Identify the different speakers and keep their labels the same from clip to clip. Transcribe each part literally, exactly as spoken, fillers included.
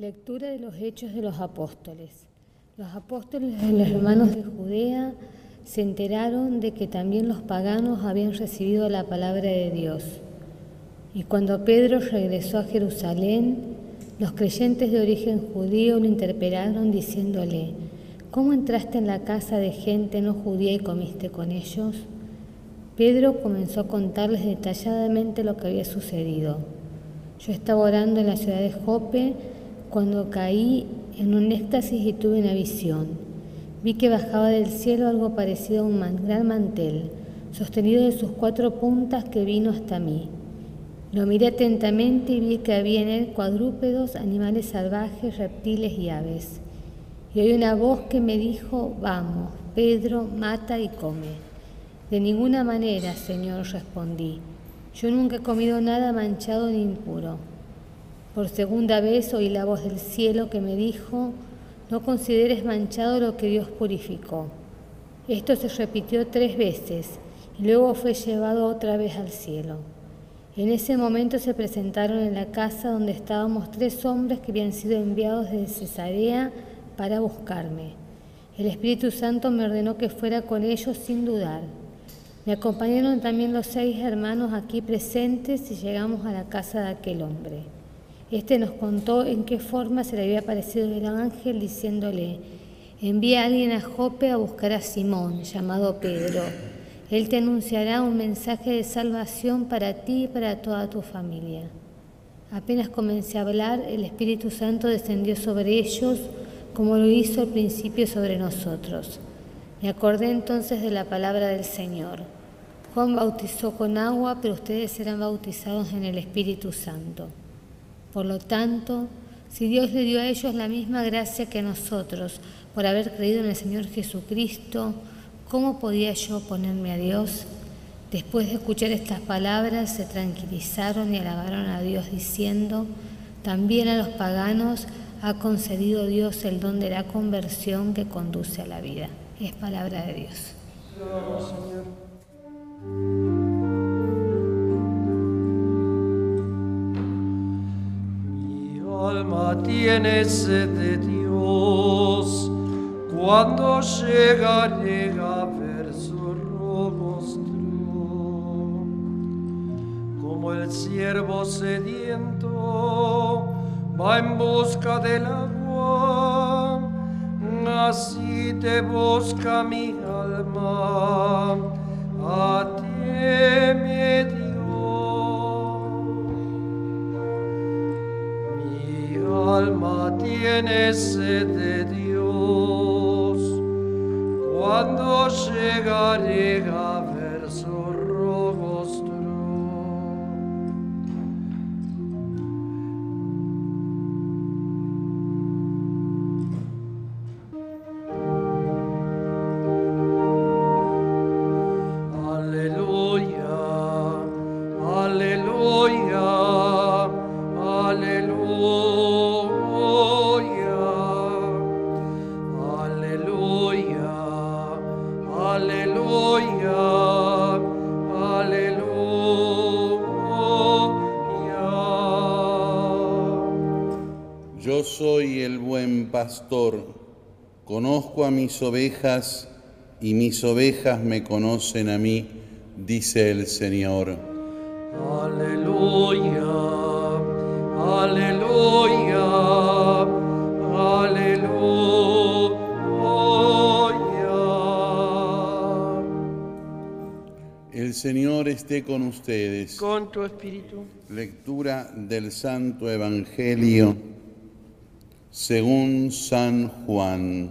Speaker 1: Lectura de los Hechos de los Apóstoles. Los apóstoles y los hermanos de Judea se enteraron de que también los paganos habían recibido la palabra de Dios. Y cuando Pedro regresó a Jerusalén, los creyentes de origen judío lo interpelaron diciéndole: ¿cómo entraste en la casa de gente no judía y comiste con ellos? Pedro comenzó a contarles detalladamente lo que había sucedido. Yo estaba orando en la ciudad de Jope cuando caí en un éxtasis y tuve una visión. Vi que bajaba del cielo algo parecido a un gran mantel, sostenido de sus cuatro puntas, que vino hasta mí. Lo miré atentamente y vi que había en él cuadrúpedos, animales salvajes, reptiles y aves. Y oí una voz que me dijo: vamos, Pedro, mata y come. De ninguna manera, Señor, respondí. Yo nunca he comido nada manchado ni impuro. Por segunda vez oí la voz del cielo que me dijo: no consideres manchado lo que Dios purificó. Esto se repitió tres veces y luego fue llevado otra vez al cielo. En ese momento se presentaron en la casa donde estábamos tres hombres que habían sido enviados desde Cesarea para buscarme. El Espíritu Santo me ordenó que fuera con ellos sin dudar. Me acompañaron también los seis hermanos aquí presentes y llegamos a la casa de aquel hombre. Este nos contó en qué forma se le había aparecido el ángel diciéndole: envía a alguien a Jope a buscar a Simón, llamado Pedro. Él te anunciará un mensaje de salvación para ti y para toda tu familia. Apenas comencé a hablar, el Espíritu Santo descendió sobre ellos, como lo hizo al principio sobre nosotros. Me acordé entonces de la palabra del Señor. Juan bautizó con agua, pero ustedes serán bautizados en el Espíritu Santo. Por lo tanto, si Dios le dio a ellos la misma gracia que a nosotros por haber creído en el Señor Jesucristo, ¿cómo podía yo oponerme a Dios? Después de escuchar estas palabras, se tranquilizaron y alabaron a Dios diciendo: también a los paganos ha concedido Dios el don de la conversión que conduce a la vida. Es palabra de Dios.
Speaker 2: Gloria, Señor. Mi alma tiene sed de Dios, cuando llegaré a ver su rostro. Como el siervo sediento va en busca del agua, así te busca mi alma, a ti me dio. Mi alma tiene sed de Dios, cuando llegaré a ver su rostro.
Speaker 3: Yo soy el buen pastor, conozco a mis ovejas y mis ovejas me conocen a mí, dice el Señor.
Speaker 2: Aleluya, aleluya, aleluya.
Speaker 3: El Señor esté con ustedes.
Speaker 2: Con tu espíritu.
Speaker 3: Lectura del Santo Evangelio según San Juan.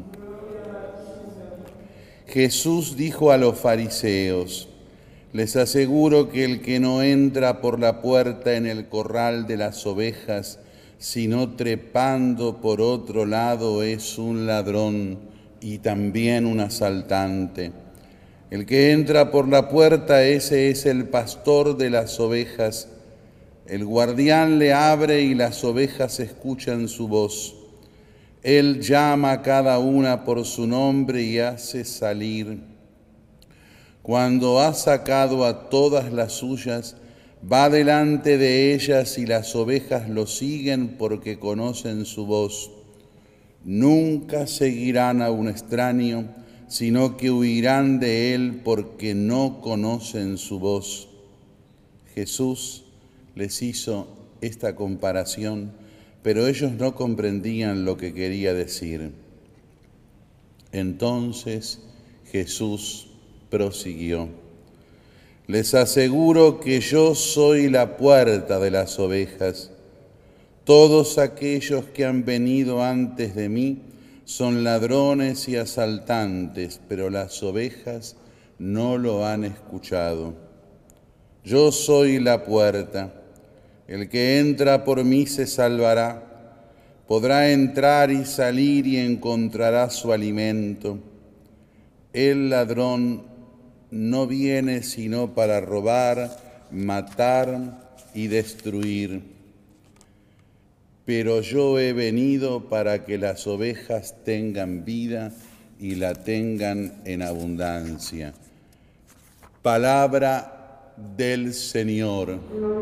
Speaker 3: Jesús dijo a los fariseos: les aseguro que el que no entra por la puerta en el corral de las ovejas, sino trepando por otro lado, es un ladrón y también un asaltante. El que entra por la puerta, ese es el pastor de las ovejas. El guardián le abre y las ovejas escuchan su voz. Él llama a cada una por su nombre y hace salir. Cuando ha sacado a todas las suyas, Va delante de ellas y las ovejas lo siguen porque conocen su voz. Nunca seguirán a un extraño, sino que huirán de él porque no conocen su voz. Jesús les hizo esta comparación, pero ellos no comprendían lo que quería decir. Entonces Jesús prosiguió: les aseguro que yo soy la puerta de las ovejas. Todos aquellos que han venido antes de mí son ladrones y asaltantes, pero las ovejas no lo han escuchado. Yo soy la puerta. El que entra por mí se salvará. Podrá entrar y salir y encontrará su alimento. El ladrón no viene sino para robar, matar y destruir. Pero yo he venido para que las ovejas tengan vida y la tengan en abundancia. Palabra del Señor.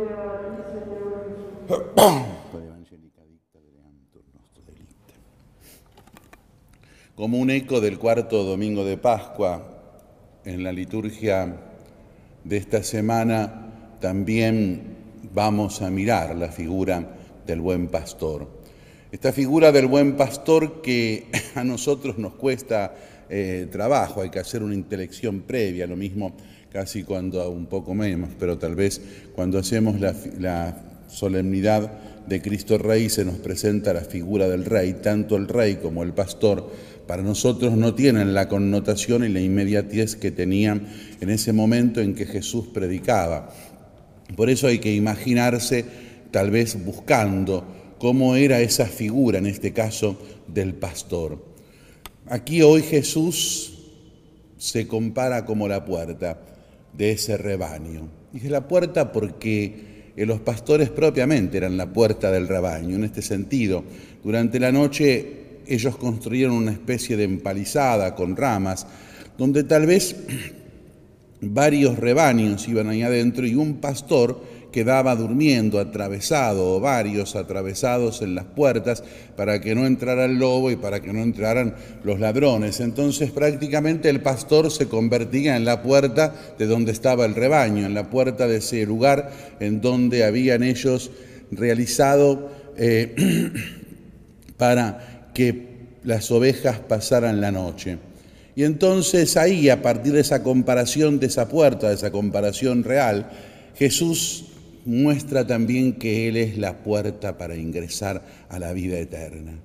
Speaker 3: Como un eco del cuarto domingo de Pascua, en la liturgia de esta semana también vamos a mirar la figura del buen pastor. Esta figura del buen pastor que a nosotros nos cuesta eh, trabajo, hay que hacer una intelección previa, lo mismo casi cuando, un poco menos, pero tal vez cuando hacemos la, la solemnidad de Cristo Rey se nos presenta la figura del Rey, tanto el Rey como el pastor para nosotros no tienen la connotación y la inmediatez que tenían en ese momento en que Jesús predicaba. Por eso hay que imaginarse, tal vez buscando cómo era esa figura, en este caso, del pastor. Aquí hoy Jesús se compara como la puerta de ese rebaño. Dije la puerta porque los pastores propiamente eran la puerta del rebaño. En este sentido, durante la noche ellos construyeron una especie de empalizada con ramas, donde tal vez varios rebaños iban ahí adentro y un pastor quedaba durmiendo atravesado o varios atravesados en las puertas para que no entrara el lobo y para que no entraran los ladrones. Entonces prácticamente el pastor se convertía en la puerta de donde estaba el rebaño, en la puerta de ese lugar en donde habían ellos realizado eh, para que las ovejas pasaran la noche. Y entonces ahí, a partir de esa comparación de esa puerta, de esa comparación real, Jesús muestra también que Él es la puerta para ingresar a la vida eterna.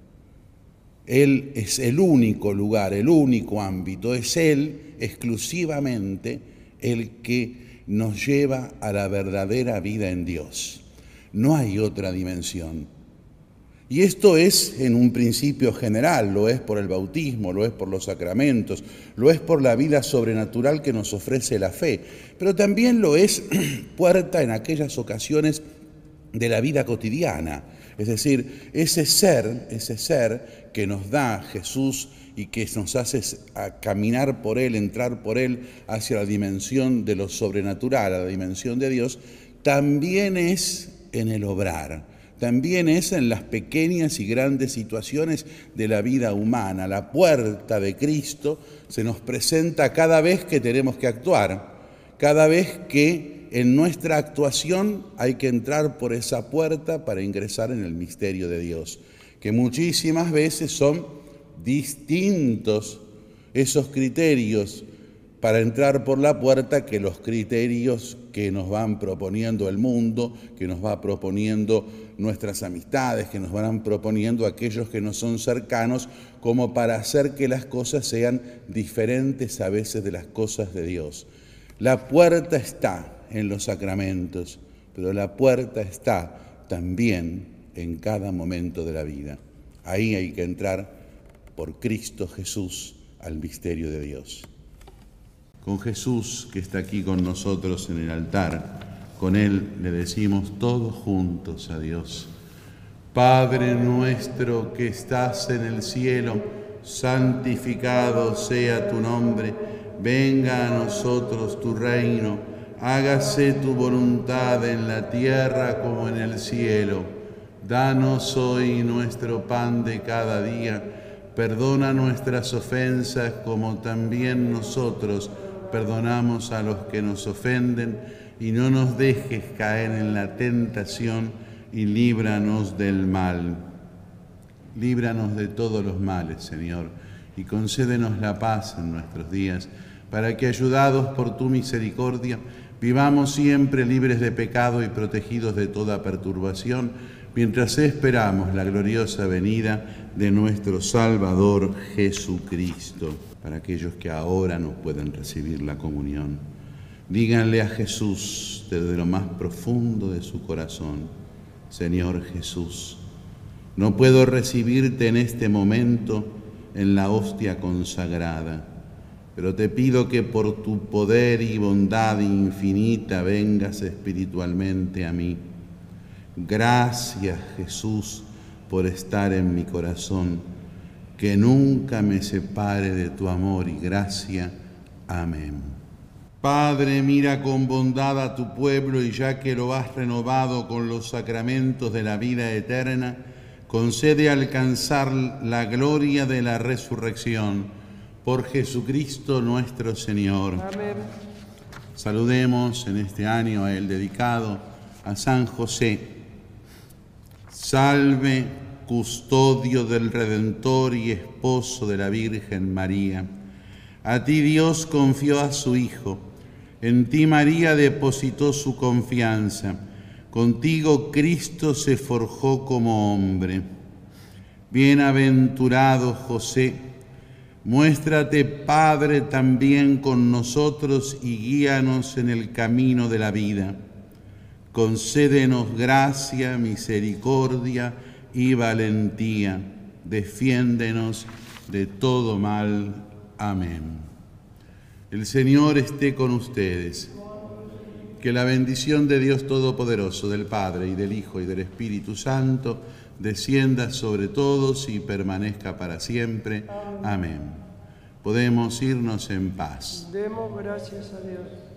Speaker 3: Él es el único lugar, el único ámbito, es Él exclusivamente el que nos lleva a la verdadera vida en Dios. No hay otra dimensión. Y esto es en un principio general, lo es por el bautismo, lo es por los sacramentos, lo es por la vida sobrenatural que nos ofrece la fe, pero también lo es puerta en aquellas ocasiones de la vida cotidiana. Es decir, ese ser, ese ser que nos da Jesús y que nos hace a caminar por Él, entrar por Él hacia la dimensión de lo sobrenatural, a la dimensión de Dios, también es en el obrar. También es en las pequeñas y grandes situaciones de la vida humana. La puerta de Cristo se nos presenta cada vez que tenemos que actuar, cada vez que en nuestra actuación hay que entrar por esa puerta para ingresar en el misterio de Dios, que muchísimas veces son distintos esos criterios para entrar por la puerta que los criterios que nos van proponiendo el mundo, que nos va proponiendo nuestras amistades, que nos van proponiendo aquellos que nos son cercanos, como para hacer que las cosas sean diferentes a veces de las cosas de Dios. La puerta está en los sacramentos, pero la puerta está también en cada momento de la vida. Ahí hay que entrar por Cristo Jesús al misterio de Dios. Con Jesús, que está aquí con nosotros en el altar, con Él le decimos todos juntos a Dios: Padre nuestro que estás en el cielo, santificado sea tu nombre, venga a nosotros tu reino, Hágase tu voluntad en la tierra como en el cielo. Danos hoy nuestro pan de cada día. Perdona nuestras ofensas como también nosotros perdonamos a los que nos ofenden. Y no nos dejes caer en la tentación y líbranos del mal. Líbranos de todos los males, Señor, y concédenos la paz en nuestros días, para que, ayudados por tu misericordia, vivamos siempre libres de pecado y protegidos de toda perturbación, mientras esperamos la gloriosa venida de nuestro Salvador Jesucristo. Para aquellos que ahora no pueden recibir la comunión, díganle a Jesús desde lo más profundo de su corazón: Señor Jesús, no puedo recibirte en este momento en la hostia consagrada, pero te pido que por tu poder y bondad infinita vengas espiritualmente a mí. Gracias, Jesús, por estar en mi corazón, que nunca me separe de tu amor y gracia. Amén. Padre, mira con bondad a tu pueblo y ya que lo has renovado con los sacramentos de la vida eterna, concede alcanzar la gloria de la resurrección. Por Jesucristo nuestro Señor.
Speaker 2: Amén.
Speaker 3: Saludemos en este año a él dedicado a San José. Salve, custodio del Redentor y esposo de la Virgen María. A ti Dios confió a su Hijo. En ti María depositó su confianza. Contigo Cristo se forjó como hombre. Bienaventurado José, muéstrate Padre también con nosotros y guíanos en el camino de la vida. Concédenos gracia, misericordia y valentía. Defiéndenos de todo mal. Amén. El Señor esté con ustedes. Que la bendición de Dios Todopoderoso, del Padre y del Hijo y del Espíritu Santo, descienda sobre todos y permanezca para siempre. Amén. Podemos irnos en paz.
Speaker 2: Demos gracias a Dios.